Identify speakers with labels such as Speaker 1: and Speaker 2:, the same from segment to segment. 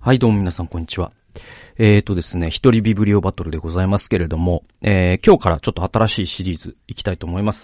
Speaker 1: はい、どうも皆さんこんにちは。ですね、一人ビブリオバトルでございますけれども、今日からちょっと新しいシリーズいきたいと思います。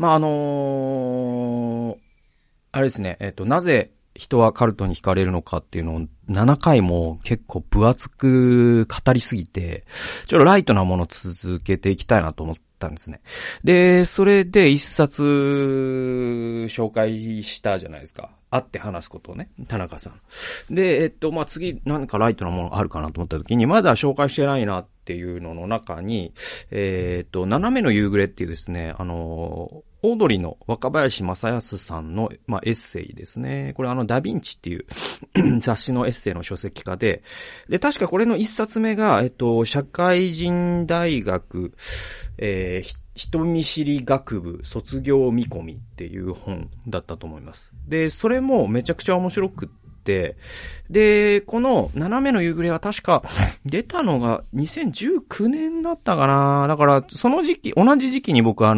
Speaker 1: あれですね、なぜ人はカルトに惹かれるのかっていうのを7回も結構分厚く語りすぎて、ちょっとライトなものを続けていきたいなと思ったんですね。で、それで一冊紹介したじゃないですか。会って話すことをね、田中さん。で、次何かライトなものあるかなと思った時に、まだ紹介してないなっていうのの中に、斜めの夕暮れっていうですね、オードリーの若林正康さんの、エッセイですね。これダヴィンチっていう雑誌のエッセイの書籍化で、確かこれの一冊目が、社会人大学、人見知り学部卒業見込みっていう本だったと思います。で、それもめちゃくちゃ面白くって、で、この斜めの夕暮れは確か出たのが2019年だったかな。だからその時期、同じ時期に僕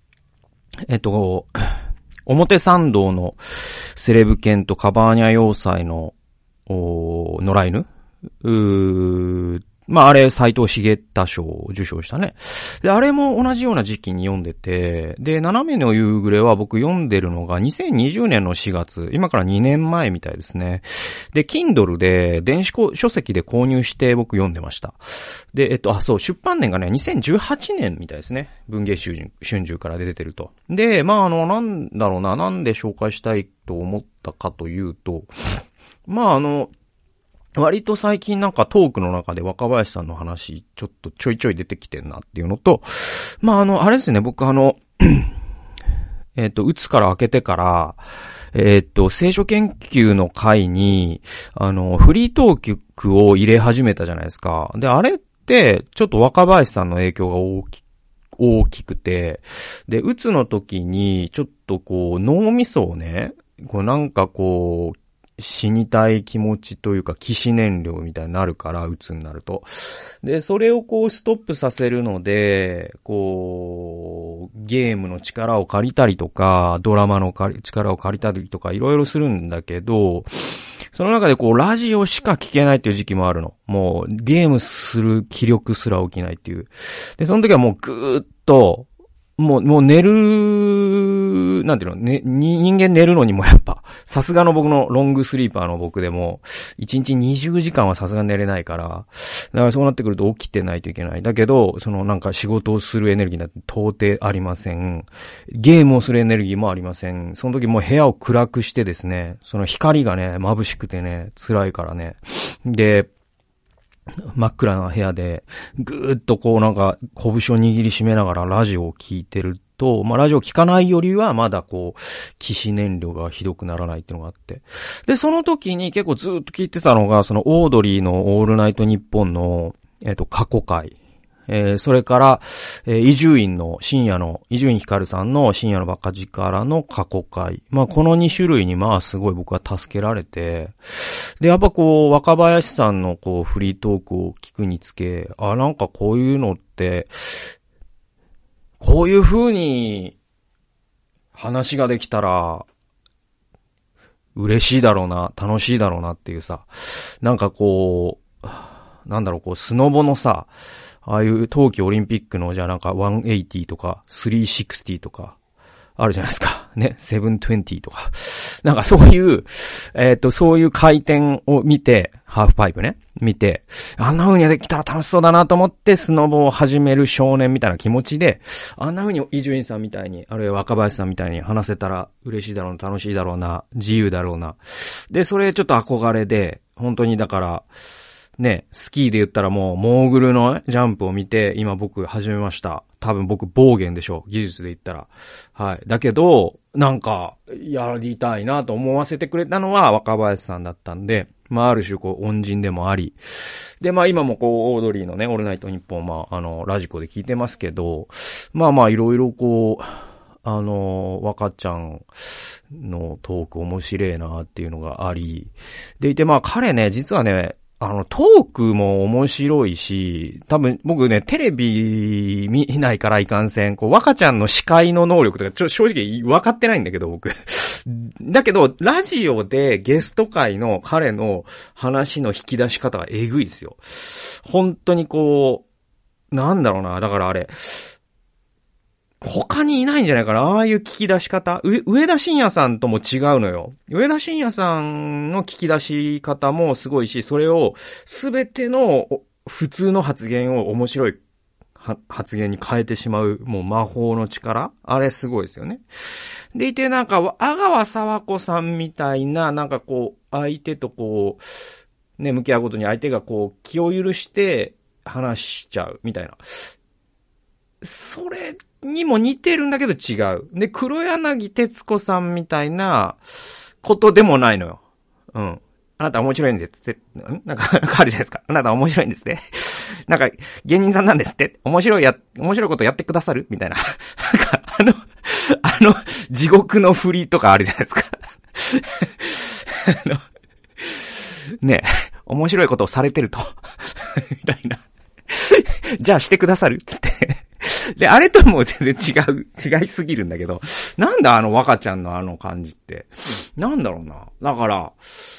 Speaker 1: 表参道のセレブ犬とカバーニャ要塞の野良犬あれ、斉藤茂太賞を受賞したね。で、あれも同じような時期に読んでて、で、斜めの夕暮れは僕読んでるのが2020年の4月、今から2年前みたいですね。で、Kindle で電子書籍で購入して僕読んでました。で、そう、出版年がね、2018年みたいですね。文藝春秋から出てると。で、なんで紹介したいと思ったかというと、割と最近なんかトークの中で若林さんの話ちょっとちょいちょい出てきてんなっていうのと、あれですね、僕うつから明けてから、聖書研究の会に、フリートークを入れ始めたじゃないですか。で、あれって、ちょっと若林さんの影響が大きくて、で、うつの時に、ちょっとこう、脳みそをね、死にたい気持ちというか、起死燃料みたいになるから、鬱になると。で、それをストップさせるので、ゲームの力を借りたりとか、ドラマの力を借りたりとか、いろいろするんだけど、その中でラジオしか聞けないっていう時期もあるの。もう、ゲームする気力すら起きないっていう。で、その時はもうぐーっと、もう寝る、なんていうの、ね、人間寝るのにもやっぱ、さすがの僕のロングスリーパーの僕でも、1日20時間はさすがに寝れないから、だからそうなってくると起きてないといけない。だけど、仕事をするエネルギーなんて到底ありません。ゲームをするエネルギーもありません。その時もう部屋を暗くしてですね、その光がね、眩しくてね、辛いからね。で、真っ暗な部屋で、ぐーっと拳を握りしめながらラジオを聞いてると、ラジオ聞かないよりはまだ起死燃料がひどくならないっていうのがあって。で、その時に結構ずーっと聞いてたのが、オードリーのオールナイトニッポンの、過去回。それから、伊集院光さんの深夜のバカ力の過去回。この2種類にすごい僕は助けられて、で、やっぱ若林さんのフリートークを聞くにつけ、なんかこういうのって、こういう風に話ができたら、嬉しいだろうな、楽しいだろうなっていうさ、スノボのさ、ああいう冬季オリンピックの180とか360とかあるじゃないですか。ね、720とか。そういう回転を見て、ハーフパイプね、見て、あんな風にできたら楽しそうだなと思ってスノボを始める少年みたいな気持ちで、あんな風に伊集院さんみたいに、あるいは若林さんみたいに話せたら嬉しいだろうな、楽しいだろうな、自由だろうな。で、それちょっと憧れで、本当にだから、ね、スキーで言ったらもう、モーグルのジャンプを見て、今僕始めました。多分僕、暴言でしょう。技術で言ったら。はい。だけど、やりたいなと思わせてくれたのは若林さんだったんで、ある種恩人でもあり。で、今もオードリーのね、オールナイトニッポン、ラジコで聞いてますけど、いろいろ若ちゃんのトーク面白いなっていうのがあり。でいて、彼ね、実はね、トークも面白いし、多分僕ね、テレビ見ないからいかんせん、若ちゃんの司会の能力とか、正直分かってないんだけど、僕。 だけど、ラジオでゲスト会の彼の話の引き出し方がえぐいですよ。本当にこう、なんだろうな、だからあれ、他にいないんじゃないかな、ああいう聞き出し方。上田晋也さんとも違うのよ。上田晋也さんの聞き出し方もすごいし、それをすべての普通の発言を面白い発言に変えてしまう、もう魔法の力、あれすごいですよね。でいてなんか、阿川佐和子さんみたいな、なんかこう、相手とこう、ね、向き合うことに相手がこう、気を許して話しちゃう、みたいな。それにも似てるんだけど違う。で、黒柳徹子さんみたいなことでもないのよ。うん。あなた面白いんですって。なんかあるじゃないですか。あなた面白いんですね。なんか、芸人さんなんですって。面白いことやってくださるみたいな。なんか、地獄の振りとかあるじゃないですか。ね、面白いことをされてると。みたいな。じゃあしてくださるつって。で、あれとも全然違いすぎるんだけど、なんだ若ちゃんのあの感じって。なんだろうな。だからや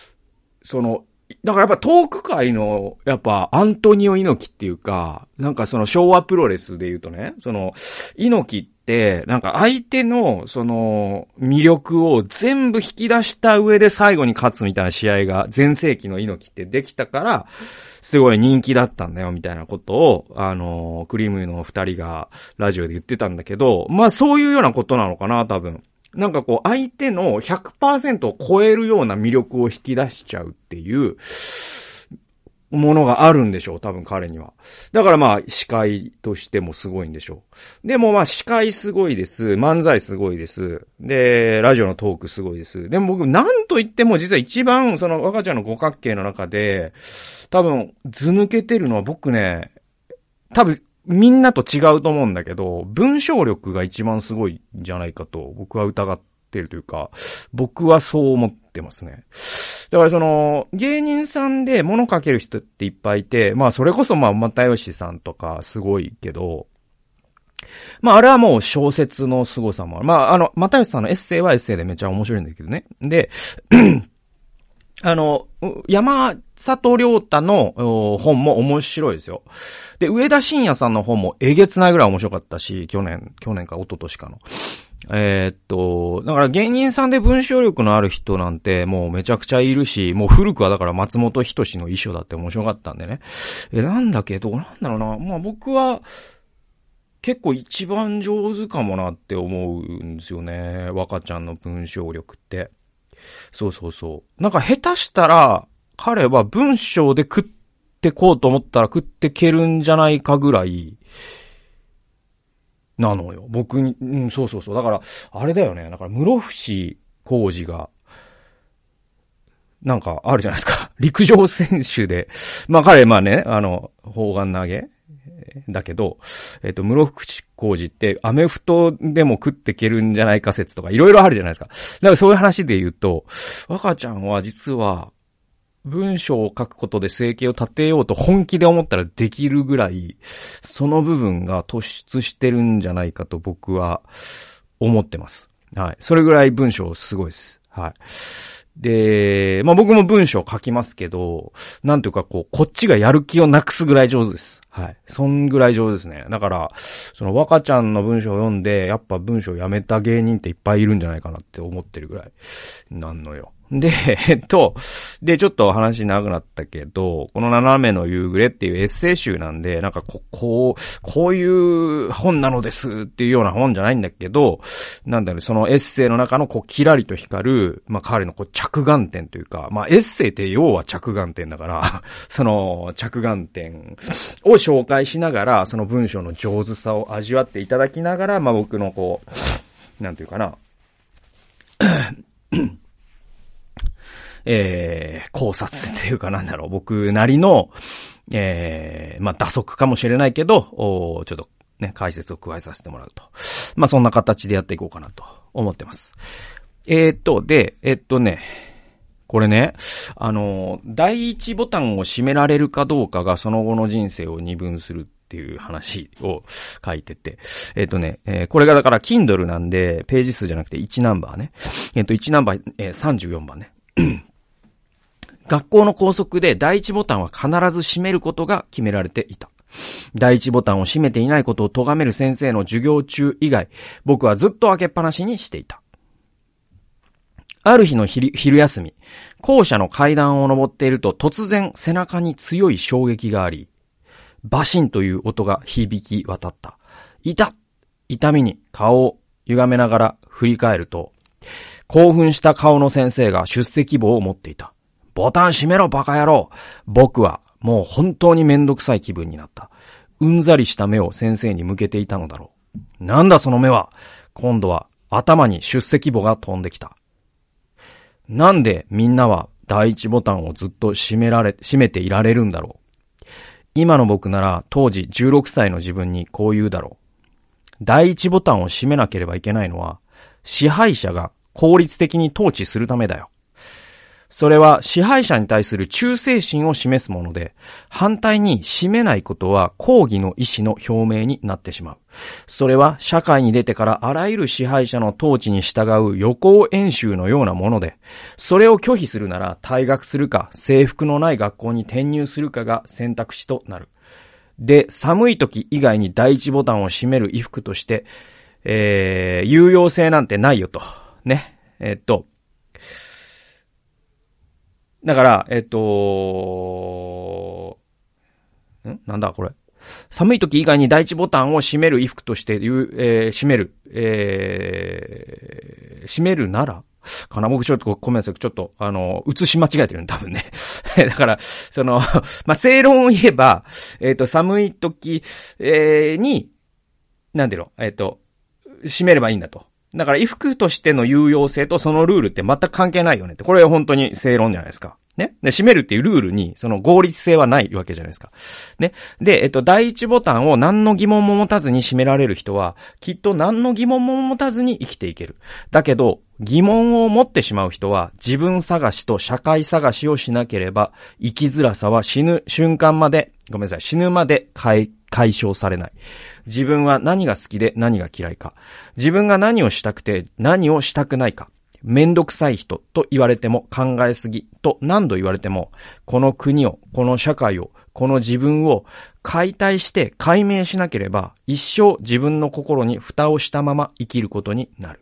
Speaker 1: っぱトーク界の、やっぱアントニオ猪木っていうか、なんか昭和プロレスで言うとね、猪木って、なんか相手の、魅力を全部引き出した上で最後に勝つみたいな試合が、前世紀の猪木ってできたから、すごい人気だったんだよ、みたいなことを、クリームの二人がラジオで言ってたんだけど、まあそういうようなことなのかな、多分。なんかこう、相手の 100% を超えるような魅力を引き出しちゃうっていうものがあるんでしょう、多分彼には。だからまあ、司会としてもすごいんでしょう。でもまあ、司会すごいです。漫才すごいです。で、ラジオのトークすごいです。でも僕、なんと言っても実は一番、若ちゃんの五角形の中で、多分、図抜けてるのは僕ね、多分、みんなと違うと思うんだけど、文章力が一番すごいんじゃないかと僕は疑ってるというか、僕はそう思ってますね。だから芸人さんで物書ける人っていっぱいいて、まあそれこそまあ又吉さんとかすごいけど、まああれはもう小説の凄さもある。まあ又吉さんのエッセイはエッセイでめっちゃ面白いんだけどね。で、山里亮太の本も面白いですよ。で、上田晋也さんの本もえげつないぐらい面白かったし、去年か一昨年かの。だから芸人さんで文章力のある人なんてもうめちゃくちゃいるし、もう古くはだから松本人志の遺書だって面白かったんでね。なんだけど、なんだろうな。まあ僕は結構一番上手かもなって思うんですよね。若ちゃんの文章力って。そう。なんか下手したら、彼は文章で食ってこうと思ったら食ってけるんじゃないかぐらい、なのよ。僕に、そう。だから、あれだよね。だから、室伏浩二が、なんか、あるじゃないですか。陸上選手で、まあ彼、まあね、砲丸投げだけど、室伏浩二って、アメフトでも食ってけるんじゃないか説とか、いろいろあるじゃないですか。だからそういう話で言うと、若ちゃんは実は、文章を書くことで生計を立てようと本気で思ったらできるぐらい、その部分が突出してるんじゃないかと僕は思ってます。はい。それぐらい文章すごいです。はい。で、まあ僕も文章書きますけど、なんというかこっちがやる気をなくすぐらい上手です。はい。そんぐらい上手ですね。だから、若ちゃんの文章を読んで、やっぱ文章をやめた芸人っていっぱいいるんじゃないかなって思ってるぐらいなんのよ。で、ちょっと話長くなったけど、この斜めの夕暮れっていうエッセイ集なんで、なんかこういう本なのですっていうような本じゃないんだけど、なんだろう、そのエッセイの中のキラリと光る、まあ彼の着眼点というか、まあエッセイって要は着眼点だから、その着眼点を紹介しながら、その文章の上手さを味わっていただきながら、まあ僕のなんていうかな、考察っていうかなんだろう、僕なりの、まあ、打足かもしれないけど、ちょっとね、解説を加えさせてもらうと。まあ、そんな形でやっていこうかなと思ってます。これね、第一ボタンを閉められるかどうかがその後の人生を二分するってっていう話を書いてて。これがだから Kindle なんで、ページ数じゃなくて1ナンバーね。1ナンバー、34番ね。学校の校則で第一ボタンは必ず閉めることが決められていた。第一ボタンを閉めていないことを咎める先生の授業中以外、僕はずっと開けっぱなしにしていた。ある日の昼休み、校舎の階段を登っていると突然背中に強い衝撃があり、バシンという音が響き渡った。痛みに顔を歪めながら振り返ると、興奮した顔の先生が出席簿を持っていた。ボタン閉めろバカ野郎。僕はもう本当にめんどくさい気分になった。うんざりした目を先生に向けていたのだろう。なんだその目は。今度は頭に出席簿が飛んできた。なんでみんなは第一ボタンをずっと閉めていられるんだろう。今の僕なら当時16歳の自分にこう言うだろう。第一ボタンを閉めなければいけないのは支配者が効率的に統治するためだよ。それは支配者に対する忠誠心を示すもので、反対に閉めないことは抗議の意思の表明になってしまう。それは社会に出てからあらゆる支配者の統治に従う予行演習のようなもので、それを拒否するなら退学するか制服のない学校に転入するかが選択肢となる。で、寒い時以外に第一ボタンを閉める衣服として、有用性なんてないよと。ね。だから、なんだこれ。寒い時以外に第一ボタンを閉める衣服として閉めるならかな。僕ちょっとごめんなさい。ちょっと、写し間違えてるん多分ね。だから、正論を言えば、寒い時、に、なんでろ、閉めればいいんだと。だから衣服としての有用性とそのルールって全く関係ないよねって。これは本当に正論じゃないですか。ね。で、閉めるっていうルールにその合理性はないわけじゃないですか。ね。で、第一ボタンを何の疑問も持たずに閉められる人は、きっと何の疑問も持たずに生きていける。だけど、疑問を持ってしまう人は自分探しと社会探しをしなければ、生きづらさは死ぬまで解消されない。自分は何が好きで何が嫌いか。自分が何をしたくて何をしたくないか。めんどくさい人と言われても考えすぎと何度言われても、この国を、この社会を、この自分を解体して解明しなければ一生自分の心に蓋をしたまま生きることになる。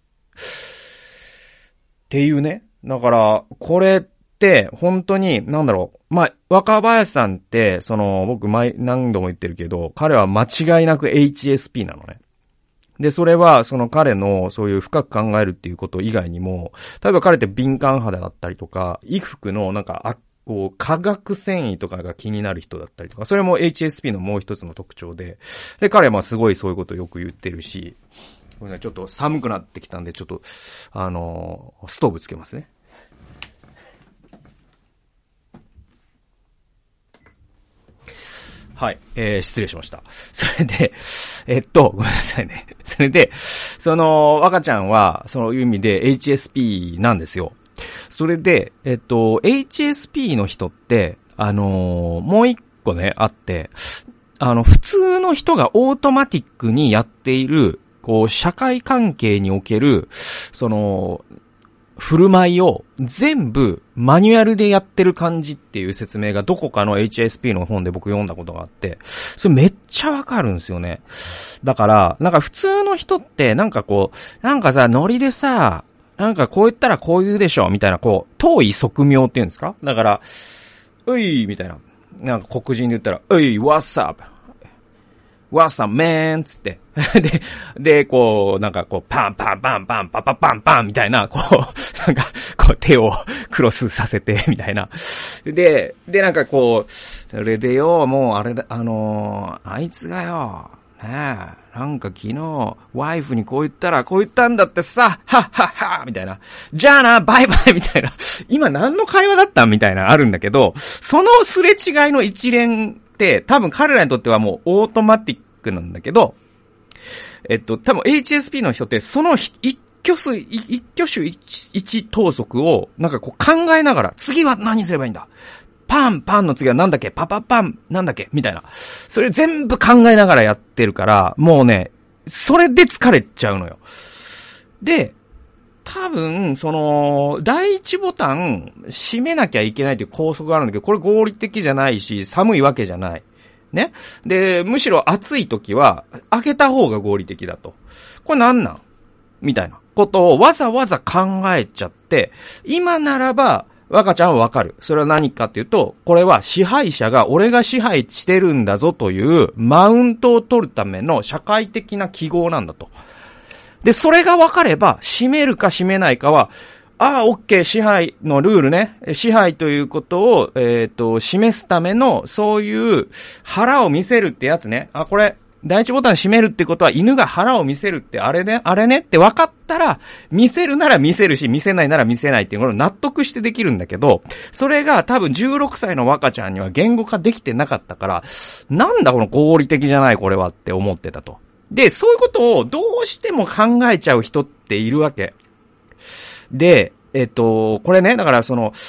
Speaker 1: っていうね。だから、これって本当に、若林さんって、僕何度も言ってるけど、彼は間違いなく HSP なのね。で、それは、彼の、そういう深く考えるっていうこと以外にも、例えば彼って敏感肌だったりとか、衣服の化学繊維とかが気になる人だったりとか、それも HSP のもう一つの特徴で、で、彼はすごいそういうことをよく言ってるし、ちょっと寒くなってきたんで、ちょっと、ストーブつけますね。はい。失礼しました。それで、ごめんなさいね。それで、若ちゃんは、そういう意味で HSP なんですよ。それで、HSP の人って、もう一個ね、あって、普通の人がオートマティックにやっている、社会関係における、振る舞いを全部マニュアルでやってる感じっていう説明がどこかの HSP の本で僕読んだことがあって、それめっちゃわかるんですよね。だから、普通の人ってノリでさ、こう言ったらこう言うでしょみたいな遠い側面っていうんですか？だから、ういみたいな。黒人で言ったら、うい、what's up?What's up, man? つって。で、パンパンパンパンパパパンパンみたいな、手をクロスさせて、みたいな。で、それでよ、もうあれだ、あいつがよ、ねえ、昨日、ワイフにこう言ったら、こう言ったんだってさ、はっはっはみたいな。じゃあな、バイバイみたいな。今何の会話だったみたいな、あるんだけど、そのすれ違いの一連、多分彼らにとってはもうオートマティックなんだけど、多分 HSP の人ってその一挙手一投足を考えながら次は何すればいいんだパンの次はなんだっけパパパンなんだっけみたいな。それ全部考えながらやってるから、もうね、それで疲れちゃうのよ。で、多分、第一ボタン、閉めなきゃいけないという拘束があるんだけど、これ合理的じゃないし、寒いわけじゃない。ね。で、むしろ暑い時は、開けた方が合理的だと。これなんなんみたいなことをわざわざ考えちゃって、今ならば、若ちゃんはわかる。それは何かっていうと、これは支配者が俺が支配してるんだぞというマウントを取るための社会的な記号なんだと。で、それがわかれば、閉めるか閉めないかは、オッケー、支配のルールね。支配ということを、示すための、そういう腹を見せるってやつね。これ、第一ボタン閉めるってことは犬が腹を見せるってあれねって分かったら、見せるなら見せるし、見せないなら見せないっていうのを納得してできるんだけど、それが多分16歳の若ちゃんには言語化できてなかったから、なんだこの合理的じゃないこれはって思ってたと。で、そういうことをどうしても考えちゃう人っているわけ。で、これね、だから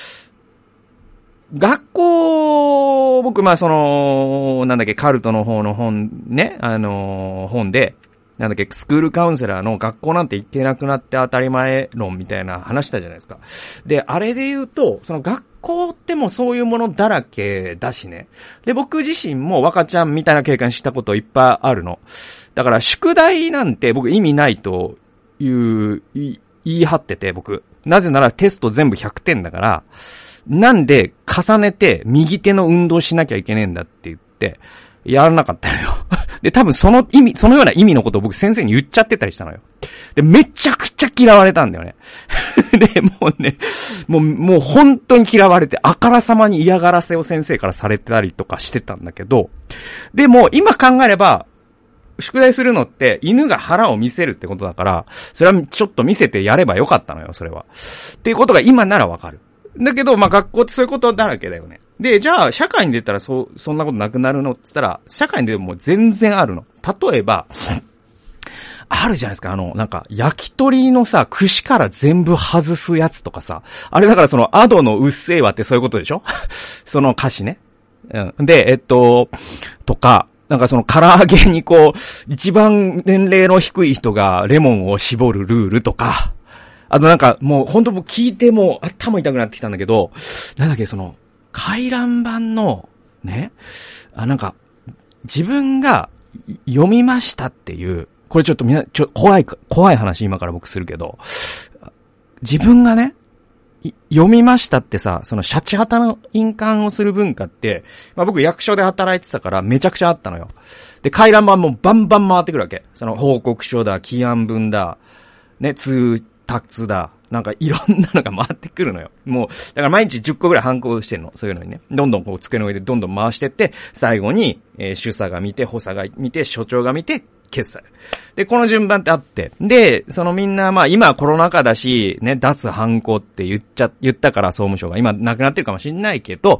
Speaker 1: 学校、僕、なんだっけ、カルトの方の本ね、本で、なんだっけ、スクールカウンセラーの学校なんて行ってなくなって当たり前論みたいな話したじゃないですか。で、あれで言うと、学校ってもうそういうものだらけだしね。で、僕自身も若ちゃんみたいな経験したこといっぱいあるの。だから宿題なんて僕意味ないと言い張ってて僕。なぜならテスト全部100点だから、なんで重ねて右手の運動しなきゃいけねえんだって言って、やらなかったのよ。で、多分そのような意味のことを僕先生に言っちゃってたりしたのよ。で、めちゃくちゃ嫌われたんだよね。で、もうね、もう本当に嫌われて、あからさまに嫌がらせを先生からされたりとかしてたんだけど、でも今考えれば、宿題するのって犬が腹を見せるってことだから、それはちょっと見せてやればよかったのよ、それは。っていうことが今ならわかる。だけど、学校ってそういうことだらけだよね。で、じゃあ、社会に出たらそんなことなくなるのって言ったら、社会に出ても全然あるの。例えば、あるじゃないですか、なんか、焼き鳥のさ、串から全部外すやつとかさ、あれだからアドのうっせぇわってそういうことでしょその歌詞ね。うん。で、とか、なんか唐揚げに一番年齢の低い人がレモンを絞るルールとか、あとなんかもう本当聞いてもう頭痛くなってきたんだけど、なんだっけ回覧板のね、なんか自分が読みましたっていう、これちょっと怖い話今から僕するけど、自分がね、読みましたってさ、シャチハタの印鑑をする文化って、僕役所で働いてたからめちゃくちゃあったのよ。で、回覧板もバンバン回ってくるわけ。報告書だ、起案文だ、ね、通達だ、なんかいろんなのが回ってくるのよ。もう、だから毎日10個ぐらいハンコしてんの。そういうのにね。どんどん机の上でどんどん回してって、最後に、主査が見て、補佐が見て、所長が見て、決済。で、この順番ってあって。で、みんな今コロナ禍だし、ね、出すハンコって言ったから総務省が今なくなってるかもしんないけど、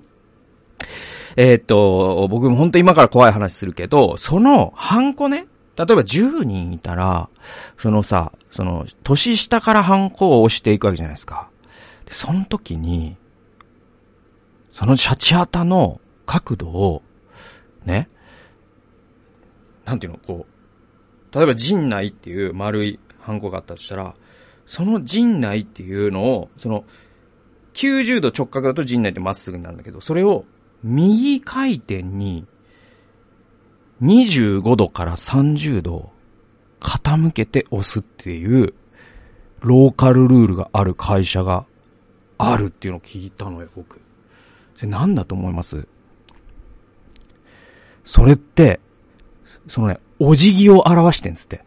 Speaker 1: 僕も本当今から怖い話するけど、そのハンコね、例えば10人いたら、年下からハンコを押していくわけじゃないですか。で、その時に、そのシャチハタの角度を、ね、なんていうの、例えば陣内っていう丸いハンコがあったとしたら、その陣内っていうのを、90度直角だと陣内ってまっすぐになるんだけど、それを右回転に25度から30度傾けて押すっていうローカルルールがある会社があるっていうのを聞いたのよ、僕。それ何だと思います？それって、お辞儀を表してんですって。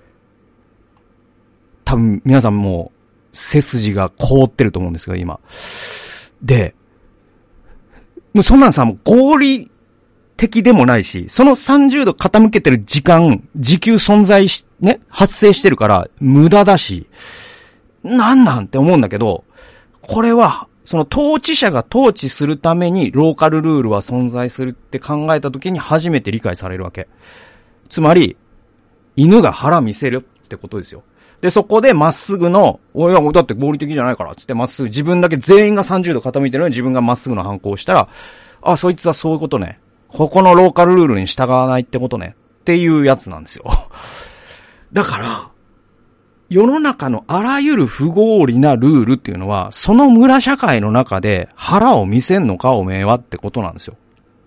Speaker 1: 多分皆さんもう背筋が凍ってると思うんですけど、今。で、もうそんなんさ、もう合理的でもないし、その30度傾けてる時給存在発生してるから無駄だし、なんて思うんだけど、これは、統治者が統治するためにローカルルールは存在するって考えた時に初めて理解されるわけ。つまり、犬が腹見せるってことですよ。 で、そこでまっすぐの、俺はだって合理的じゃないから、つってまっすぐ、自分だけ全員が30度傾いてるのに自分がまっすぐの反抗をしたら、あ、そいつはそういうことね。ここのローカルルールに従わないってことね。っていうやつなんですよ。だから、世の中のあらゆる不合理なルールっていうのは、その村社会の中で腹を見せんのかおめえはってことなんですよ。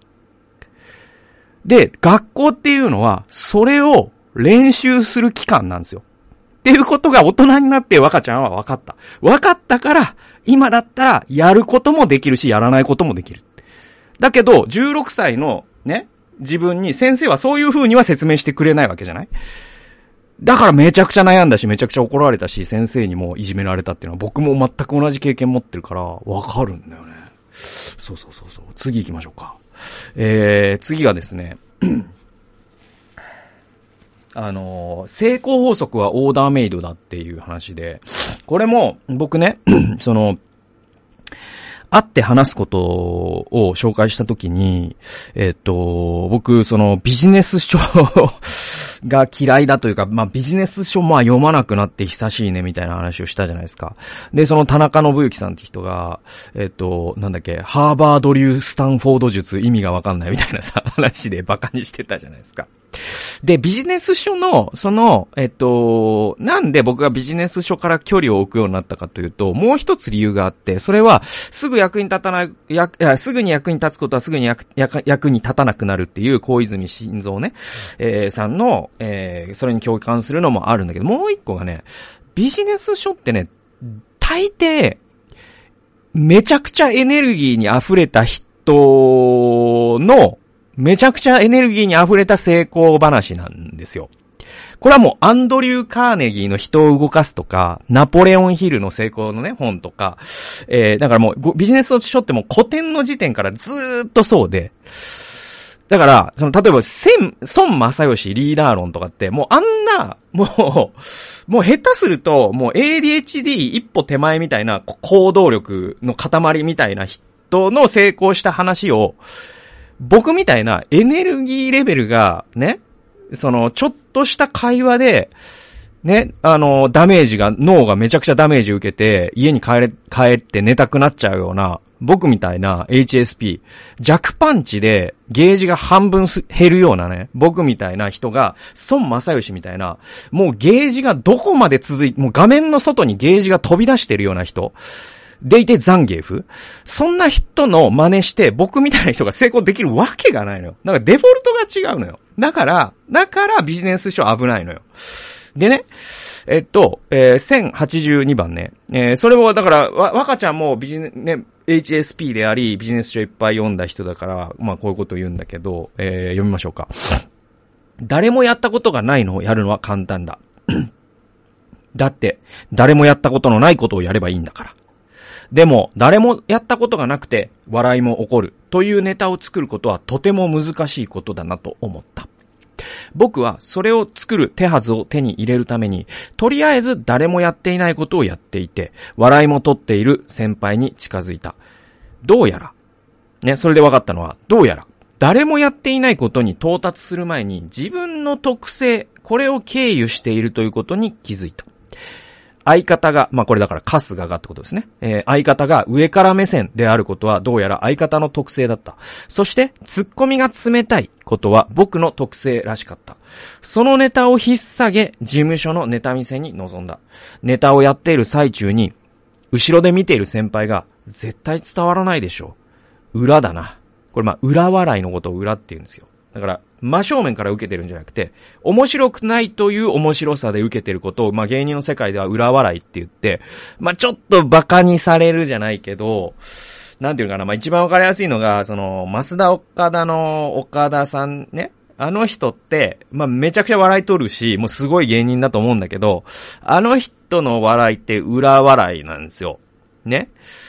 Speaker 1: で、学校っていうのは、それを練習する期間なんですよ。っていうことが大人になって若ちゃんは分かった。分かったから、今だったらやることもできるし、やらないこともできる。だけど、16歳のね、自分に先生はそういう風には説明してくれないわけじゃない？だからめちゃくちゃ悩んだし、めちゃくちゃ怒られたし、先生にもいじめられたっていうのは僕も全く同じ経験持ってるから、わかるんだよね。そう。次行きましょうか。次がですね、成功法則はオーダーメイドだっていう話で、これも僕ね、会って話すことを紹介したときに、僕、ビジネス書が嫌いだというか、ビジネス書読まなくなって久しいねみたいな話をしたじゃないですか。で、その田中信之さんって人が、ハーバード流スタンフォード術意味がわかんないみたいなさ、話でバカにしてたじゃないですか。で、ビジネス書の、なんで僕がビジネス書から距離を置くようになったかというと、もう一つ理由があって、それは、すぐに役に立つことはすぐに役に立たなくなるっていう小泉進三ね、さんの、それに共感するのもあるんだけど、もう一個がね、ビジネス書ってね、大抵、めちゃくちゃエネルギーに溢れた人の、めちゃくちゃエネルギーに溢れた成功話なんですよ。これはもうアンドリュー・カーネギーの人を動かすとか、ナポレオン・ヒルの成功のね、本とか、だからもうビジネス書ってもう古典の時点からずーっとそうで、だから、例えば、孫正義リーダー論とかって、もうあんな、もう下手すると、もう ADHD 一歩手前みたいな行動力の塊みたいな人の成功した話を、僕みたいなエネルギーレベルが、ね、ちょっとした会話で、ね、脳がめちゃくちゃダメージ受けて、家に帰って寝たくなっちゃうような、僕みたいな HSP、弱パンチでゲージが半分減るようなね、僕みたいな人が、孫正義みたいな、もうゲージがどこまでもう画面の外にゲージが飛び出してるような人、でいてザンゲーフ、そんな人の真似して僕みたいな人が成功できるわけがないのよ。だからデフォルトが違うのよ。だからビジネス書危ないのよ。でね、1082番ね。それもだから、若ちゃんもHSP であり、ビジネス書いっぱい読んだ人だから、こういうことを言うんだけど、読みましょうか。誰もやったことがないのをやるのは簡単だ。だって、誰もやったことのないことをやればいいんだから。でも、誰もやったことがなくて、笑いも起こるというネタを作ることはとても難しいことだなと思った。僕はそれを作る手はずを手に入れるために、とりあえず誰もやっていないことをやっていて、笑いも取っている先輩に近づいた。どうやら、ね、それで分かったのは、どうやら、誰もやっていないことに到達する前に自分の特性、これを経由しているということに気づいた。相方が、これだから春日がってことですね。相方が上から目線であることはどうやら相方の特性だった。そして、ツッコミが冷たいことは僕の特性らしかった。そのネタを引っ提げ、事務所のネタ見せに臨んだ。ネタをやっている最中に、後ろで見ている先輩が、絶対伝わらないでしょう。裏だな。これ裏笑いのことを裏って言うんですよ。だから、真正面から受けてるんじゃなくて、面白くないという面白さで受けてることを、芸人の世界では裏笑いって言って、ちょっとバカにされるじゃないけど、なんていうかな、一番わかりやすいのが、増田岡田の岡田さんね、あの人って、めちゃくちゃ笑い取るし、もうすごい芸人だと思うんだけど、あの人の笑いって裏笑いなんですよ。ね。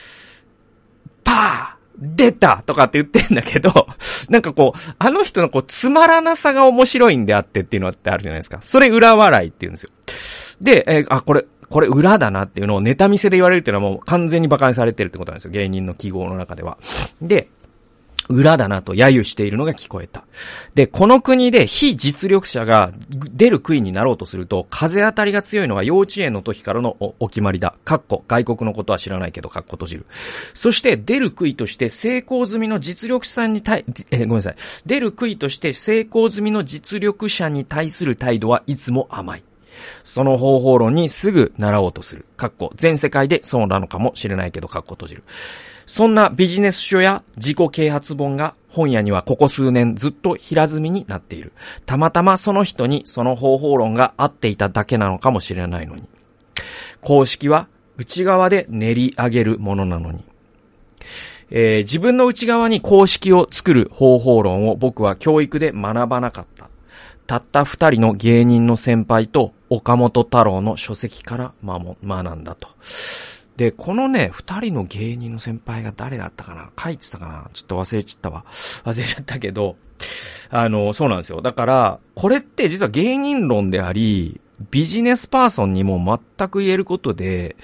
Speaker 1: パー出たとかって言ってんだけど、あの人のつまらなさが面白いんであってっていうのってあるじゃないですか。それ裏笑いって言うんですよ。で、これ裏だなっていうのをネタ見せで言われるっていうのはもう完全に馬鹿にされてるってことなんですよ。芸人の記号の中では。で、 裏だなと揶揄しているのが聞こえた。で、この国で非実力者が出る杭になろうとすると、風当たりが強いのが幼稚園の時からのお決まりだ。外国のことは知らないけど、閉じる。そして出る杭として成功済みの実力者にごめんなさい。出る杭として成功済みの実力者に対する態度はいつも甘い。その方法論にすぐ習おうとする。全世界でそうなのかもしれないけど、閉じる。そんなビジネス書や自己啓発本が本屋にはここ数年ずっと平積みになっている。たまたまその人にその方法論が合っていただけなのかもしれないのに。公式は内側で練り上げるものなのに。自分の内側に公式を作る方法論を僕は教育で学ばなかった。たった2人の芸人の先輩と岡本太郎の書籍から学んだと。で、このね、2人の芸人の先輩が誰だったかな、書いてたかな、ちょっと忘れちゃったけど、そうなんですよ。だから、これって実は芸人論であり、ビジネスパーソンにも全く言えることで、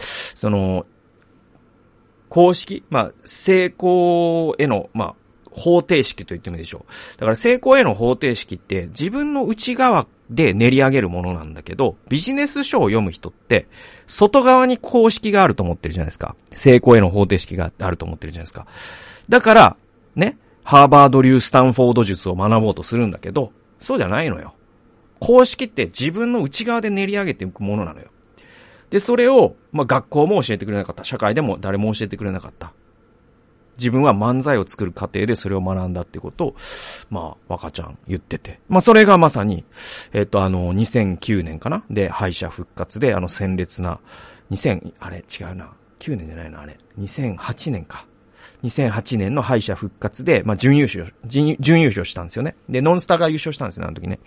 Speaker 1: 公式、成功への、方程式と言ってもいいでしょう。だから成功への方程式って自分の内側で練り上げるものなんだけど、ビジネス書を読む人って外側に公式があると思ってるじゃないですか。成功への方程式があると思ってるじゃないですか。だからね、ハーバード流スタンフォード術を学ぼうとするんだけど、そうじゃないのよ。公式って自分の内側で練り上げていくものなのよ。で、それを学校も教えてくれなかった。社会でも誰も教えてくれなかった。自分は漫才を作る過程でそれを学んだってことを、若ちゃん言ってて。それがまさに、2009年かなで、敗者復活で、鮮烈な、あれ違うな。9年じゃないな、あれ。2008年か。2008年の敗者復活で、準優勝したんですよね。で、ノンスターが優勝したんですよね、あの時ね。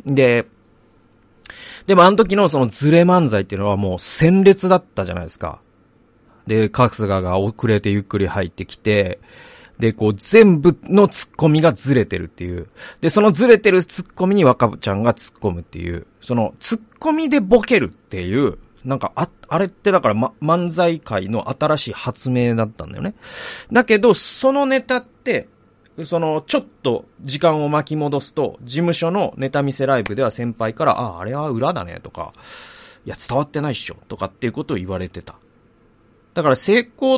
Speaker 1: でもあの時のそのズレ漫才っていうのはもう鮮烈だったじゃないですか。で、春日が遅れてゆっくり入ってきて、で、全部のツッコミがずれてるっていう。で、そのずれてるツッコミに若ちゃんが突っ込むっていう。その、ツッコミでボケるっていう、あれってだから、漫才界の新しい発明だったんだよね。だけど、そのネタって、ちょっと時間を巻き戻すと、事務所のネタ見せライブでは先輩から、あれは裏だねとか、いや、伝わってないっしょとかっていうことを言われてた。だから成功って、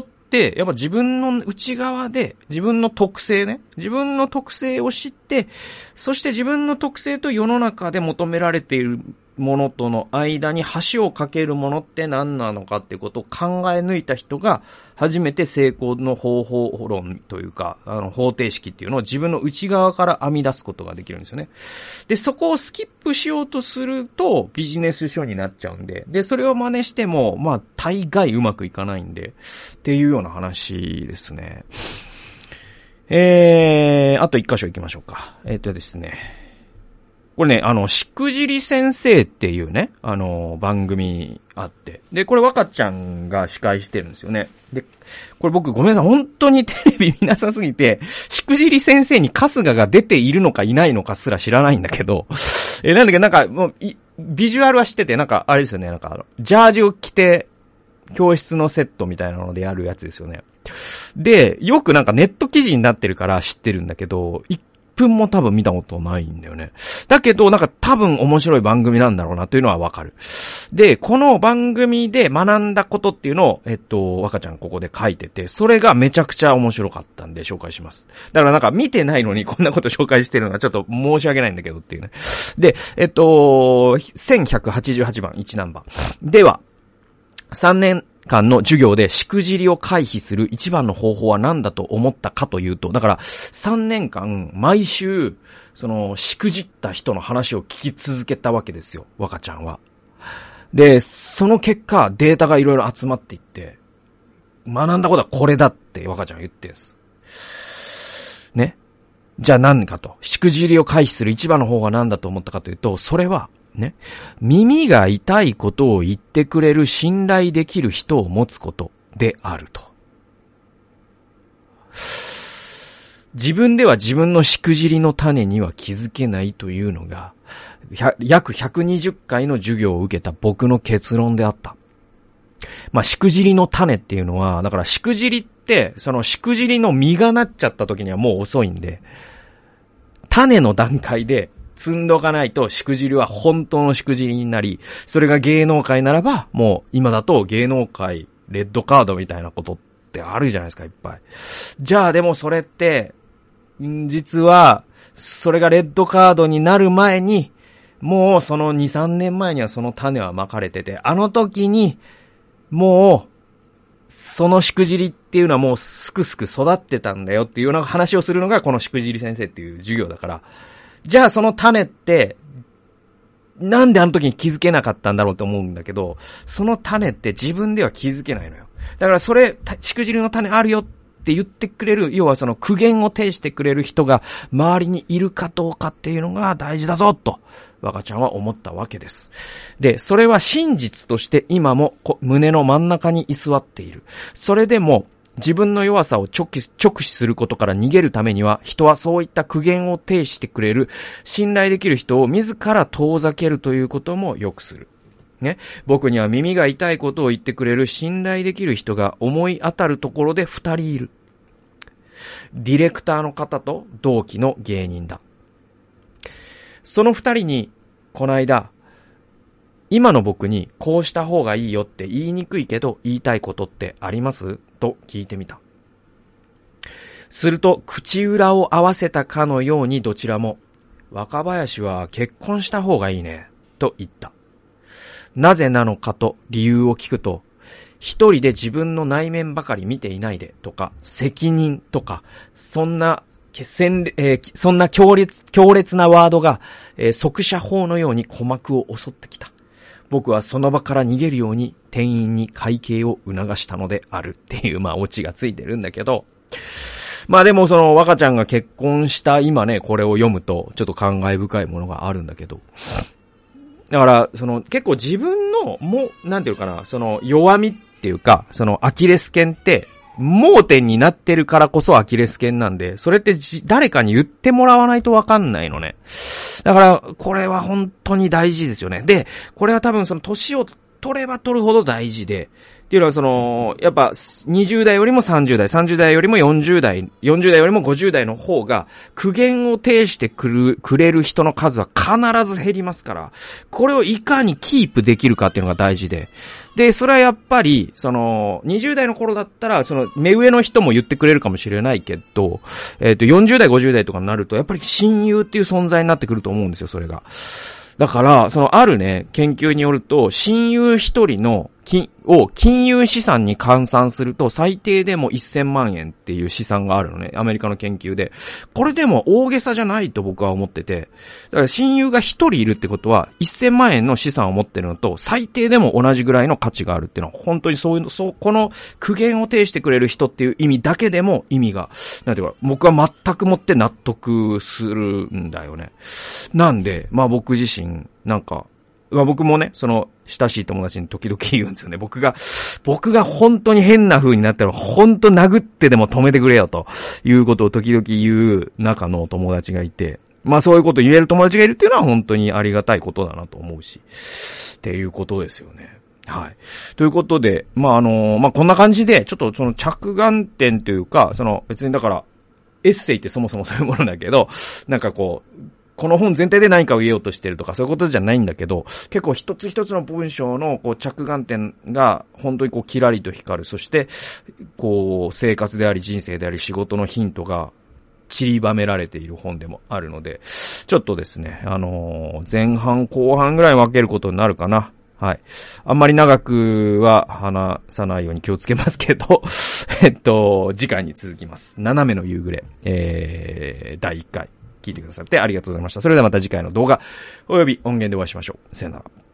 Speaker 1: やっぱ自分の内側で、自分の特性を知って、そして自分の特性と世の中で求められているものとの間に橋を架けるものって何なのかっていうことを考え抜いた人が、初めて成功の方法論というか、方程式っていうのを自分の内側から編み出すことができるんですよね。で、そこをスキップしようとすると、ビジネス書になっちゃうんで、で、それを真似しても、大概うまくいかないんで、っていうような話ですね。あと一箇所行きましょうか。ですね。これね、しくじり先生っていうね、番組あって。で、これ若ちゃんが司会してるんですよね。で、これ僕ごめんなさい、本当にテレビ見なさすぎて、しくじり先生に春日が出ているのかいないのかすら知らないんだけど、もう、ビジュアルは知ってて、あれですよね、ジャージを着て、教室のセットみたいなのでやるやつですよね。で、よくネット記事になってるから知ってるんだけど、1分も多分見たことないんだよね。だけど、多分面白い番組なんだろうなというのはわかる。で、この番組で学んだことっていうのを、若ちゃんここで書いてて、それがめちゃくちゃ面白かったんで紹介します。だから見てないのにこんなこと紹介してるのはちょっと申し訳ないんだけどっていうね。で、1188番、1ナンバー。では、3年間の授業でしくじりを回避する一番の方法は何だと思ったかというと、だから3年間毎週しくじった人の話を聞き続けたわけですよ、若ちゃんは。で、その結果データがいろいろ集まっていって、学んだことはこれだって若ちゃんは言ってるんです。ね。じゃあ何かと。しくじりを回避する一番の方法は何だと思ったかというと、それは、ね。耳が痛いことを言ってくれる信頼できる人を持つことであると。自分では自分のしくじりの種には気づけないというのが、約120回の授業を受けた僕の結論であった。 まあ、しくじりの種っていうのは、だからしくじりって、そのしくじりの実がなっちゃった時にはもう遅いんで、種の段階で積んどかないとしくじりは本当のしくじりになり、それが芸能界ならば、もう今だと芸能界レッドカードみたいなことってあるじゃないですか、いっぱい。じゃあでもそれって、実は、それがレッドカードになる前に、もうその2、3年前にはその種はまかれてて、あの時に、もう、そのしくじりっていうのはもうすくすく育ってたんだよっていうような話をするのがこのしくじり先生っていう授業だから、じゃあその種って、なんであの時に気づけなかったんだろうと思うんだけど、その種って自分では気づけないのよ。だからそれ、しくじりの種あるよって言ってくれる、要はその苦言を呈してくれる人が周りにいるかどうかっていうのが大事だぞと、若ちゃんは思ったわけです。で、それは真実として今も胸の真ん中に居座っている。それでも自分の弱さを直視することから逃げるためには、人はそういった苦言を呈してくれる、信頼できる人を自ら遠ざけるということもよくする。ね。僕には耳が痛いことを言ってくれる信頼できる人が思い当たるところで2人いる。ディレクターの方と同期の芸人だ。その2人に、この間、今の僕にこうした方がいいよって言いにくいけど言いたいことってありますと聞いてみた。すると口裏を合わせたかのようにどちらも、若林は結婚した方がいいねと言った。なぜなのかと理由を聞くと、一人で自分の内面ばかり見ていないでとか、責任とか、そんな強烈なワードが、速射砲のように鼓膜を襲ってきた。僕はその場から逃げるように店員に会計を促したのであるっていう、まあオチがついてるんだけど、まあでもその若ちゃんが結婚した今ね、これを読むとちょっと感慨深いものがあるんだけど、だからその結構自分のなんていうかな、その弱みっていうか、そのアキレス腱って盲点になってるからこそアキレス腱なんで、それって誰かに言ってもらわないとわかんないのね。だから、これは本当に大事ですよね。で、これは多分その年を取れば取るほど大事で、っていうのはその、やっぱ20代よりも30代、30代よりも40代、40代よりも50代の方が苦言を呈してくれる人の数は必ず減りますから、これをいかにキープできるかっていうのが大事で、で、それはやっぱり、その、20代の頃だったら、その、目上の人も言ってくれるかもしれないけど、40代、50代とかになると、やっぱり親友っていう存在になってくると思うんですよ、それが。だから、その、あるね、研究によると、親友一人の金融資産に換算すると最低でも1000万円っていう試算があるのね。アメリカの研究で。これでも大げさじゃないと僕は思ってて。だから親友が一人いるってことは1000万円の資産を持ってるのと最低でも同じぐらいの価値があるっていうのは本当にこの苦言を呈してくれる人っていう意味だけでも意味が、なんていうか僕は全くもって納得するんだよね。なんで、まあ僕自身なんか、まあ僕もね、その、親しい友達に時々言うんですよね。僕が本当に変な風になったら、本当殴ってでも止めてくれよということを時々言う中の友達がいて、まあそういうことを言える友達がいるっていうのは本当にありがたいことだなと思うし、っていうことですよね。はい。ということで、まあまあこんな感じで、ちょっとその着眼点というか、その別にだから、エッセイってそもそもそういうものだけど、なんかこう、この本全体で何かを言おうとしてるとかそういうことじゃないんだけど、結構一つ一つの文章のこう着眼点が本当にこうキラリと光る。そしてこう生活であり人生であり仕事のヒントが散りばめられている本でもあるので、ちょっとですね、前半後半ぐらい分けることになるかな。はい。あんまり長くは話さないように気をつけますけど、次回に続きます。斜めの夕暮れ、第1回。聞いてくださってありがとうございました。それではまた次回の動画および音源でお会いしましょう。さよなら。